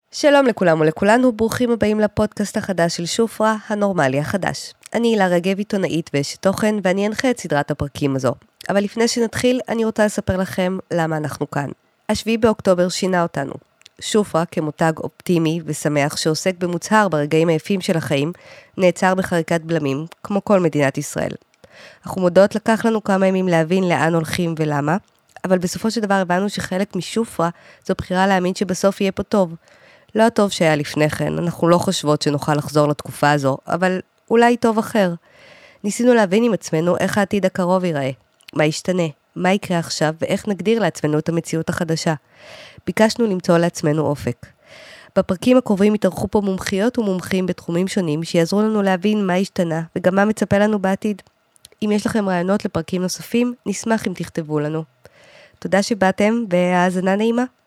שלום לכולם ולכולנו, ברוכים הבאים לפודקאסט החדש של שופרה, הנורמלי החדש. אני הילה רגב, עיתונאית ואשת תוכן, ואני אנחה את סדרת הפרקים הזו. אבל לפני שנתחיל, אני רוצה לספר לכם למה אנחנו כאן. 7 באוקטובר שינה אותנו. שופרה, כמותג אופטימי ושמח שעוסק במוצהר ברגעים היפים של החיים, נעצר בחריקת בלמים, כמו כל מדינת ישראל. אנחנו מודעות לקח לנו כמה ימים להבין לאן הולכים ולמה, אבל בסופו של דבר הבנו שחלק משופרה זו בחירה להאמין שבסוף יהיה פה טוב. לא הטוב שהיה לפני כן, אנחנו לא חושבות שנוכל לחזור לתקופה הזו, אבל אולי טוב אחר. ניסינו להבין עם עצמנו איך העתיד הקרוב ייראה, מה ישתנה, מה יקרה עכשיו ואיך נגדיר לעצמנו את המציאות החדשה. ביקשנו למצוא לעצמנו אופק. בפרקים הקרובים יתארחו פה מומחיות ומומחים בתחומים שונים שיעזרו לנו להבין מה ישתנה וגם מה מצפה לנו בעתיד. אם יש לכם רעיונות לפרקים נוספים, נשמח אם תכתבו לנו. תודה שבאתם והאזנה נעימה.